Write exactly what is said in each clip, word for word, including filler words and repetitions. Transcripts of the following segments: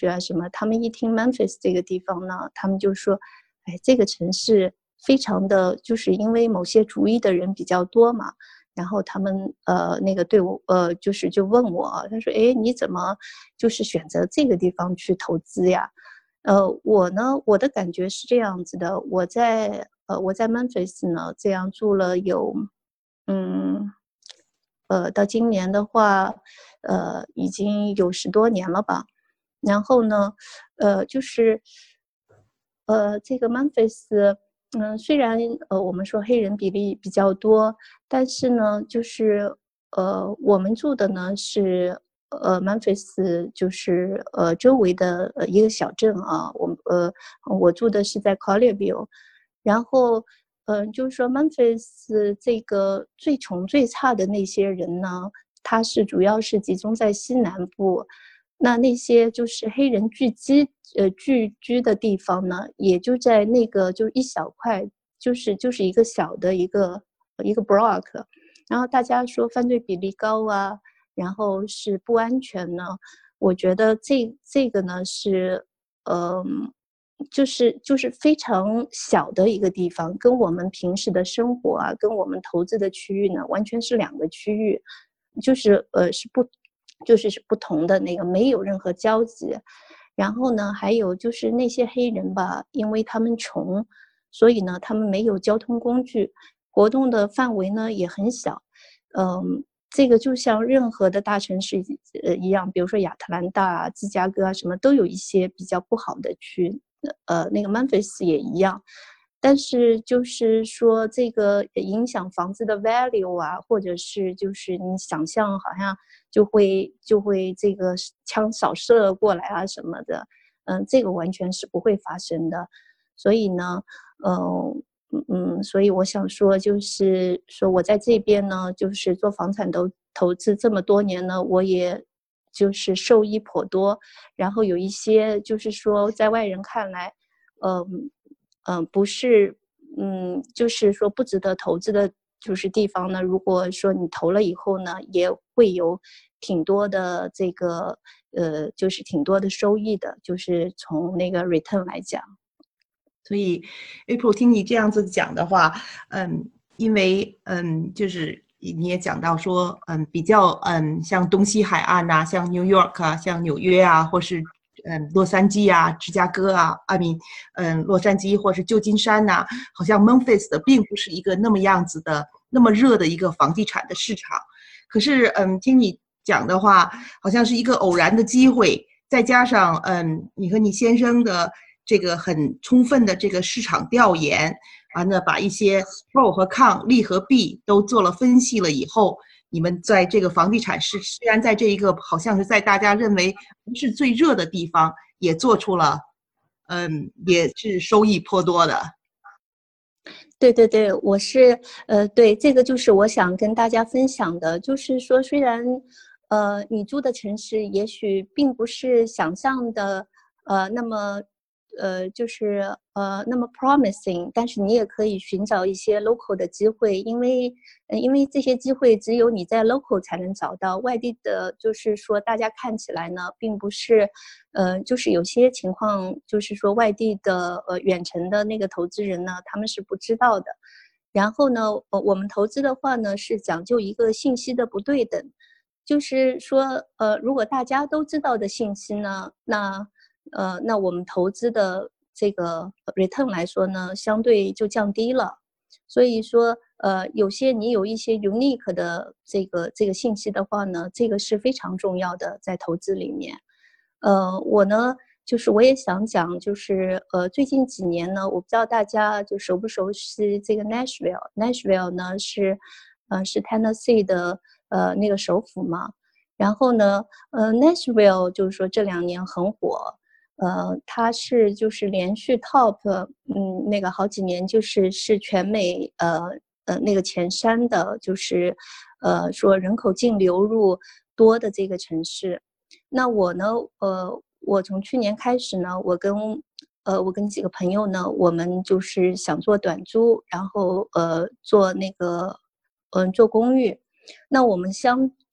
啊什么，他们一听 Memphis 这个地方呢，他们就说，哎，这个城市非常的，就是因为某些族裔的人比较多嘛。然后他们呃那个对我呃就是就问我，他说，哎，你怎么就是选择这个地方去投资呀？呃，我呢，我的感觉是这样子的，我在呃我在 Memphis 呢这样住了有，嗯，呃到今年的话，呃已经有十多年了吧。然后呢，呃就是，呃这个 Memphis。嗯，虽然呃我们说黑人比例比较多，但是呢，就是呃我们住的呢是呃 Memphis 就是呃周围的呃一个小镇啊，我呃我住的是在 Collierville。然后嗯、呃、就是说 Memphis 这个最穷最差的那些人呢，他是主要是集中在西南部。那那些就是黑人聚集呃聚居的地方呢，也就在那个就一小块，就是就是一个小的一个一个 block。然后大家说犯罪比例高啊，然后是不安全呢。我觉得这这个呢是，呃，就是就是非常小的一个地方，跟我们平时的生活啊，跟我们投资的区域呢，完全是两个区域，就是呃是不。就是是不同的那个，没有任何交集。然后呢，还有就是那些黑人吧，因为他们穷，所以呢，他们没有交通工具，活动的范围呢也很小。嗯，这个就像任何的大城市呃一样，比如说亚特兰大啊、芝加哥啊什么，都有一些比较不好的区，呃，那个 Memphis 也一样。但是就是说这个影响房子的 value 啊，或者是就是你想象好像就会就会这个枪扫射过来啊什么的，嗯，这个完全是不会发生的。所以呢，呃，嗯，所以我想说，就是说我在这边呢，就是做房产投投资这么多年呢，我也就是受益颇多。然后有一些就是说在外人看来，嗯。嗯，不是，嗯，就是说不值得投资的，就是地方呢。如果说你投了以后呢，也会有挺多的这个，呃，就是挺多的收益的，就是从那个 return 来讲。 所以 April 听你这样子讲的话，嗯，因为嗯，就是你也讲到说，嗯，比较嗯，像东西海岸呐、啊，像 New York 啊，像纽约啊，或是嗯洛杉矶啊、芝加哥啊，阿米嗯洛杉矶或是旧金山呐、啊，好像 Memphis 的并不是一个那么样子的那么热的一个房地产的市场。可是嗯，听你讲的话，好像是一个偶然的机会，再加上嗯，你和你先生的这个很充分的这个市场调研，完了把一些 pro 和 con 利和弊都做了分析了以后，你们在这个房地产市虽然在这一个好像是在大家认为不是最热的地方，也做出了嗯，也是收益颇多的。 对对对，我是呃，对，这个就是我想跟大家分享的，就是说虽然呃你住的城市也许并不是想象的呃那么呃就是呃那么 promising， 但是你也可以寻找一些 local 的机会，因为呃因为这些机会只有你在 local 才能找到，外地的就是说大家看起来呢并不是呃就是有些情况就是说外地的呃远程的那个投资人呢他们是不知道的。然后呢呃我们投资的话呢是讲究一个信息的不对等，就是说呃如果大家都知道的信息呢，那呃，那我们投资的这个 return 来说呢，相对就降低了。所以说，呃，有些你有一些 unique 的这个这个信息的话呢，这个是非常重要的，在投资里面。呃，我呢，就是我也想讲，就是呃，最近几年呢，我不知道大家就熟不熟悉这个 Nashville。Nashville 呢是，呃，是 Tennessee 的呃那个首府嘛。然后呢，呃，Nashville 就是说这两年很火。呃，它是就是连续 top， 嗯，那个好几年就是是全美呃呃那个前三的，就是呃说人口净流入多的这个城市。那我呢，呃，我从去年开始呢，我跟呃我跟几个朋友呢，我们就是想做短租，然后呃做那个嗯、呃、做公寓。那我们相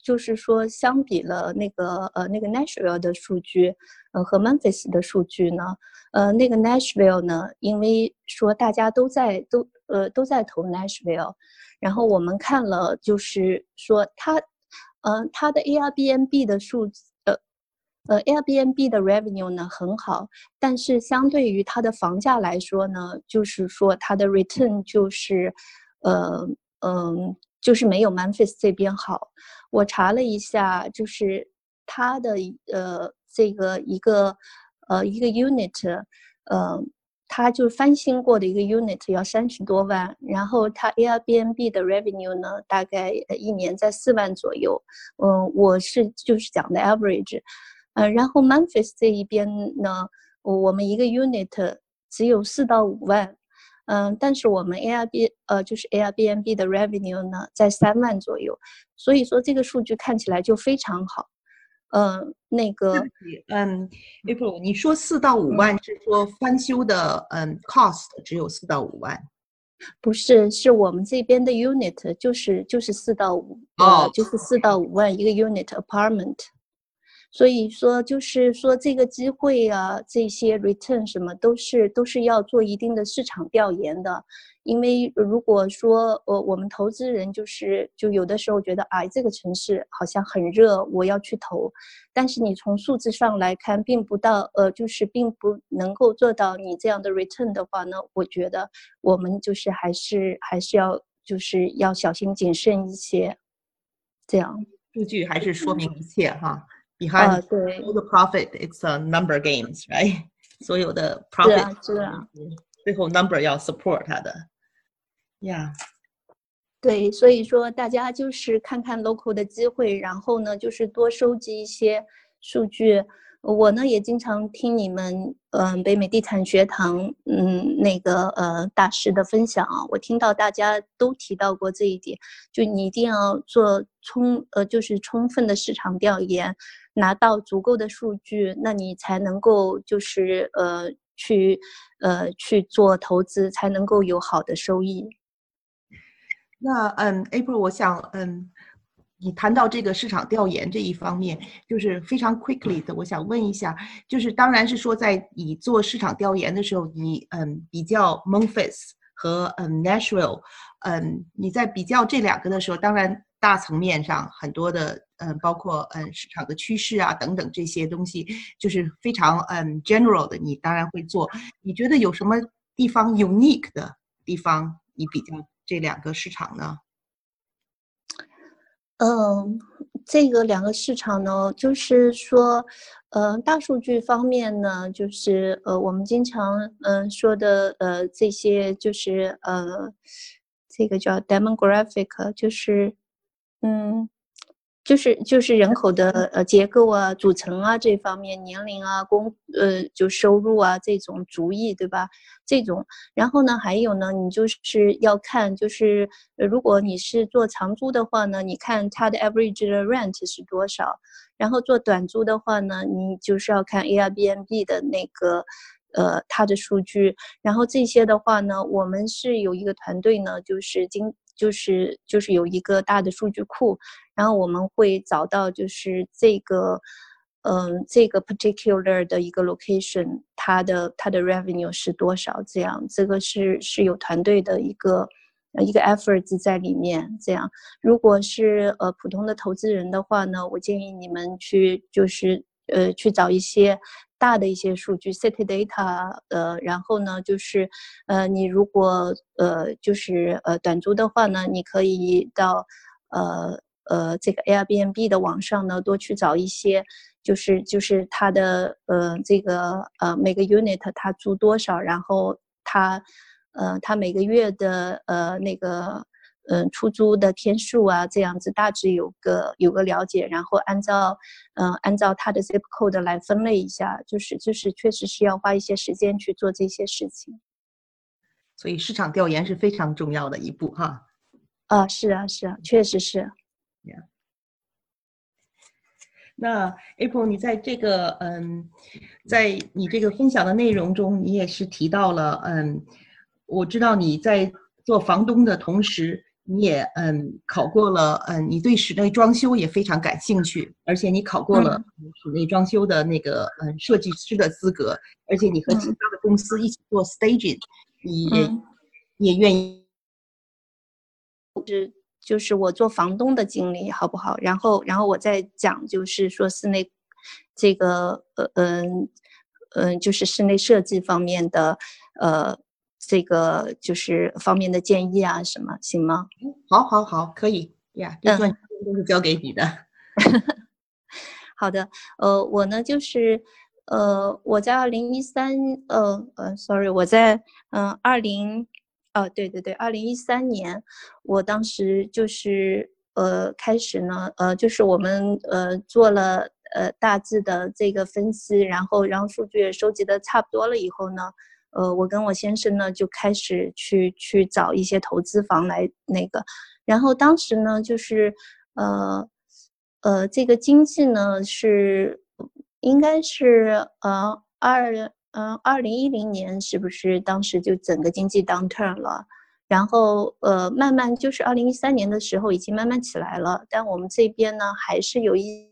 就是说相比了那个呃那个 Nashville 的数据，呃和 Memphis 的数据呢，呃那个 Nashville 呢，因为说大家都在都呃都在投 Nashville，然后我们看了就是说它，呃它的 Airbnb 的数呃呃 Airbnb 的 revenue 呢很好，但是相对于它的房价来说呢，就是说它的 return 就是呃嗯、呃、就是没有 Memphis 这边好。我查了一下，就是它的呃这个一个呃一个 unit， 呃它就翻新过的一个 unit 要三十多万，然后它 Airbnb 的 revenue 呢大概一年在四万左右。嗯，我是就是讲的 average。呃，然后 Memphis 这一边呢，我们一个 unit 只有四到五万，嗯、呃，但是我们 Airbnb 呃就是 Airbnb 的 revenue 呢在三万左右，所以说这个数据看起来就非常好。呃，那个， 嗯 ，April， 你说四到五万是说翻修的嗯 cost 只有四到五万？ 不是，是我们这边的 unit 就是就是四到五，呃， 哦， 就是四到五万一个 unit apartment。所以说，就是说这个机会啊，这些 return 什么都是都是要做一定的市场调研的。因为如果说呃我们投资人就是就有的时候觉得啊这个城市好像很热，我要去投，但是你从数字上来看，并不到呃就是并不能够做到你这样的 return 的话呢，我觉得我们就是还是还是要就是要小心谨慎一些，这样。 数据还是说明一切哈。 啊， Behind 对， all the profit, it's a number games, right? 所有的 profit 是啊，是啊。 最后 number 要 support 它的。Yeah， 对，所以说大家就是看看 local 的机会，然后呢，就是多收集一些数据。我呢也经常听你们，嗯、呃，北美地产学堂，嗯，那个呃大师的分享啊，我听到大家都提到过这一点，就你一定要做充，呃，就是充分的市场调研，拿到足够的数据，那你才能够就是呃去呃去做投资，才能够有好的收益。 那嗯，April，我想嗯，你谈到这个市场调研这一方面，就是非常 quickly 的，我想问一下，就是当然是说在你做市场调研的时候，你嗯比较 Memphis 和嗯 Nashville，嗯你在比较这两个的时候，当然大层面上很多的嗯包括嗯市场的趋势啊等等这些东西，就是非常嗯 general 的，你当然会做。你觉得有什么地方 unique 的地方，你比较这两个市场呢？ 嗯，这个两个市场呢，就是说，呃，大数据方面呢，就是呃，我们经常嗯、呃、说的呃这些就是呃，这个叫 demographic，就是嗯。就是就是人口的呃结构啊、组成啊这方面，年龄啊、工呃就收入啊这种族裔，对吧？这种，然后呢，还有呢，你就是要看，就是呃如果你是做长租的话呢，你看它的 average 的 rent 是多少，然后做短租的话呢，你就是要看 Airbnb 的那个呃它的数据，然后这些的话呢，我们是有一个团队呢，就是经就是就是有一个大的数据库。然后我们会找到就是这个，嗯，这个 particular 的一个 location，它的它的 revenue 是多少？这样，这个是是有团队的一个一个 efforts 在里面。这样，如果是呃普通的投资人的话呢，我建议你们去就是呃去找一些大的一些数据 city data， 呃，然后呢就是呃你如果呃就是呃短租的话呢，你可以到呃。呃，这个 Airbnb 的网上呢，多去找一些，就是就是它的呃这个呃每个 unit 它租多少，然后它呃它每个月的呃那个呃出租的天数啊，这样子大致有个有个了解，然后按照嗯、呃、按照它的 zip code 来分类一下，就是就是确实是要花一些时间去做这些事情。 所以市场调研是非常重要的一步哈。 啊，是啊，是啊，确实是。 Yeah. 那 April， 你在这个嗯，在你这个分享的内容中，你也是提到了嗯，我知道你在做房东的同时， 你也嗯考过了，嗯，你对室内装修也非常感兴趣，而且你考过了室内装修的那个嗯设计师的资格，而且你和其他的公司一起做 staging，你也、 嗯、 也愿意。 就是我做房东的经历好不好？然后，然后我再讲，就是说室内这个呃嗯嗯，就是室内设计方面的呃这个就是方面的建议啊什么，行吗？ 好，好，好，可以呀，这段都是交给你的。 好的，呃，我呢就是呃我在二零一三呃呃，sorry，我在嗯二零。哦，对对对，二零一三年，我当时就是呃开始呢，呃就是我们呃做了呃大致的这个分析，然后然后数据也收集的差不多了以后呢，呃我跟我先生呢就开始去去找一些投资房来那个，然后当时呢就是呃呃这个经济呢是应该是呃二嗯，二零一零年是不是当时就整个经济 downturn 了？然后呃，慢慢就是二零一三年的时候已经慢慢起来了，但我们这边呢还是有一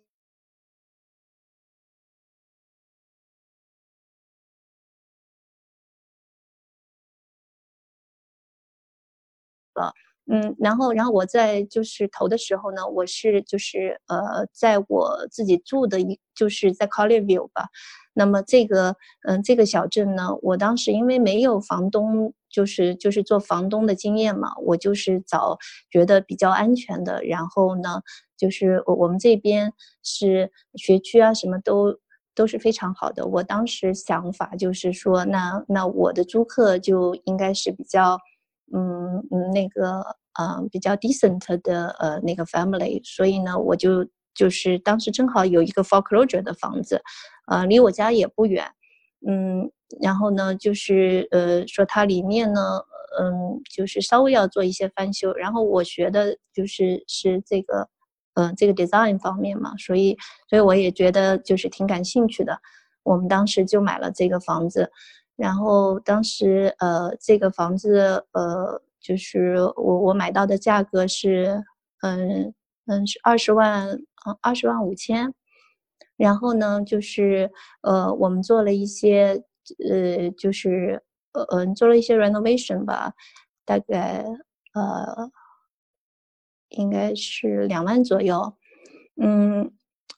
嗯，然后，然后我在就是投的时候呢，我是就是呃，在我自己住的一就是在 Collierville 吧，那么这个嗯这个小镇呢，我当时因为没有房东，就是就是做房东的经验嘛，我就是找觉得比较安全的，然后呢，就是我我们这边是学区啊什么都都是非常好的，我当时想法就是说，那那我的租客就应该是比较。嗯嗯，那个呃比较 decent 的呃那个 family， 所以呢，我就就是当时正好有一个 foreclosure 的房子，呃，离我家也不远，嗯，然后呢，就是呃说它里面呢，嗯，就是稍微要做一些翻修，然后我学的就是是这个，呃，这个 design 方面嘛，所以所以我也觉得就是挺感兴趣的，我们当时就买了这个房子。然后当时呃这个房子呃就是我我买到的价格是嗯嗯是二十万嗯二十万五千，然后呢就是呃我们做了一些呃就是呃嗯做了一些 renovation 吧，大概呃应该是两万左右，嗯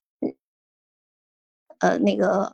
呃那个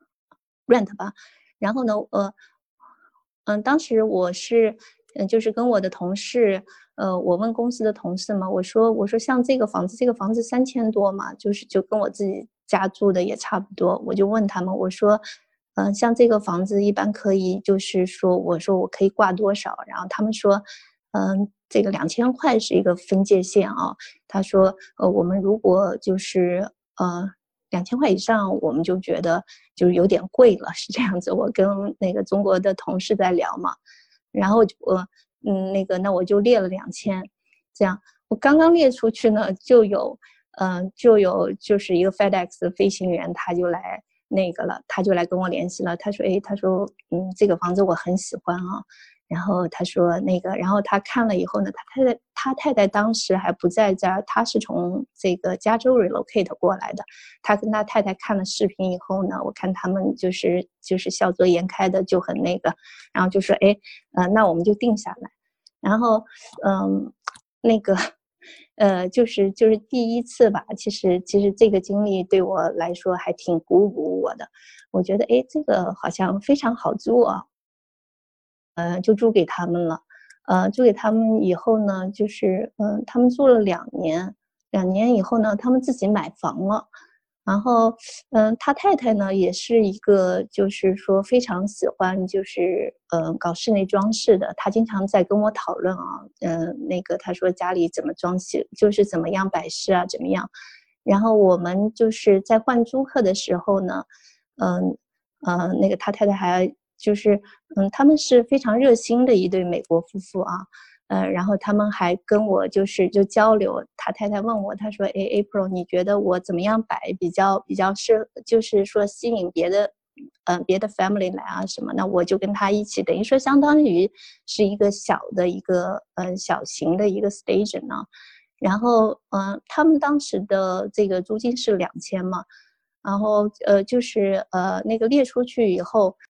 rent 吧，然后呢呃嗯，当时我是，嗯，就是跟我的同事，呃，我问公司的同事嘛，我说我说像这个房子，这个房子三千多嘛，就是就跟我自己家住的也差不多，我就问他们，我说，嗯、呃，像这个房子一般可以，就是说，我说我可以挂多少，然后他们说，嗯、呃，这个两千块是一个分界线啊，他说，呃，我们如果就是呃两千块以上，我们就觉得就是有点贵了，是这样子。我跟那个中国的同事在聊嘛，然后我嗯那个那我就列了两千，这样我刚刚列出去呢，就有嗯、呃、就有就是一个 FedEx 的飞行员他就来那个了，他就来跟我联系了，他说哎他说嗯这个房子我很喜欢啊。然后他说那个，然后他看了以后呢，他太太他太太当时还不在家，他是从这个加州 relocate 过来的。他跟他太太看了视频以后呢，我看他们就是就是笑逐颜开的，就很那个，然后就说哎，呃，那我们就定下来。然后嗯，那个呃，就是就是第一次吧，其实其实这个经历对我来说还挺鼓舞我的。我觉得哎，这个好像非常好做啊。呃，就租给他们了。呃，租给他们以后呢，就是嗯、呃，他们住了两年，两年以后呢，他们自己买房了。然后，嗯、呃，他太太呢也是一个，就是说非常喜欢，就是嗯、呃，搞室内装饰的。他经常在跟我讨论啊，嗯、呃，那个他说家里怎么装修，就是怎么样摆饰啊，怎么样。然后我们就是在换租客的时候呢，嗯呃，呃，那个他太太还就是，嗯，他们是非常热心的一对美国夫妇啊，呃，然后他们还跟我就是就交流，他太太问我，他说，哎，April，你觉得我怎么样摆比较比较适，就是说吸引别的呃别的 family 来啊什么，那我就跟他一起，等于说相当于是一个小的一个呃小型的一个 station 呢。然后呃他们当时的这个租金是两千嘛，然后呃就是呃那个列出去以后。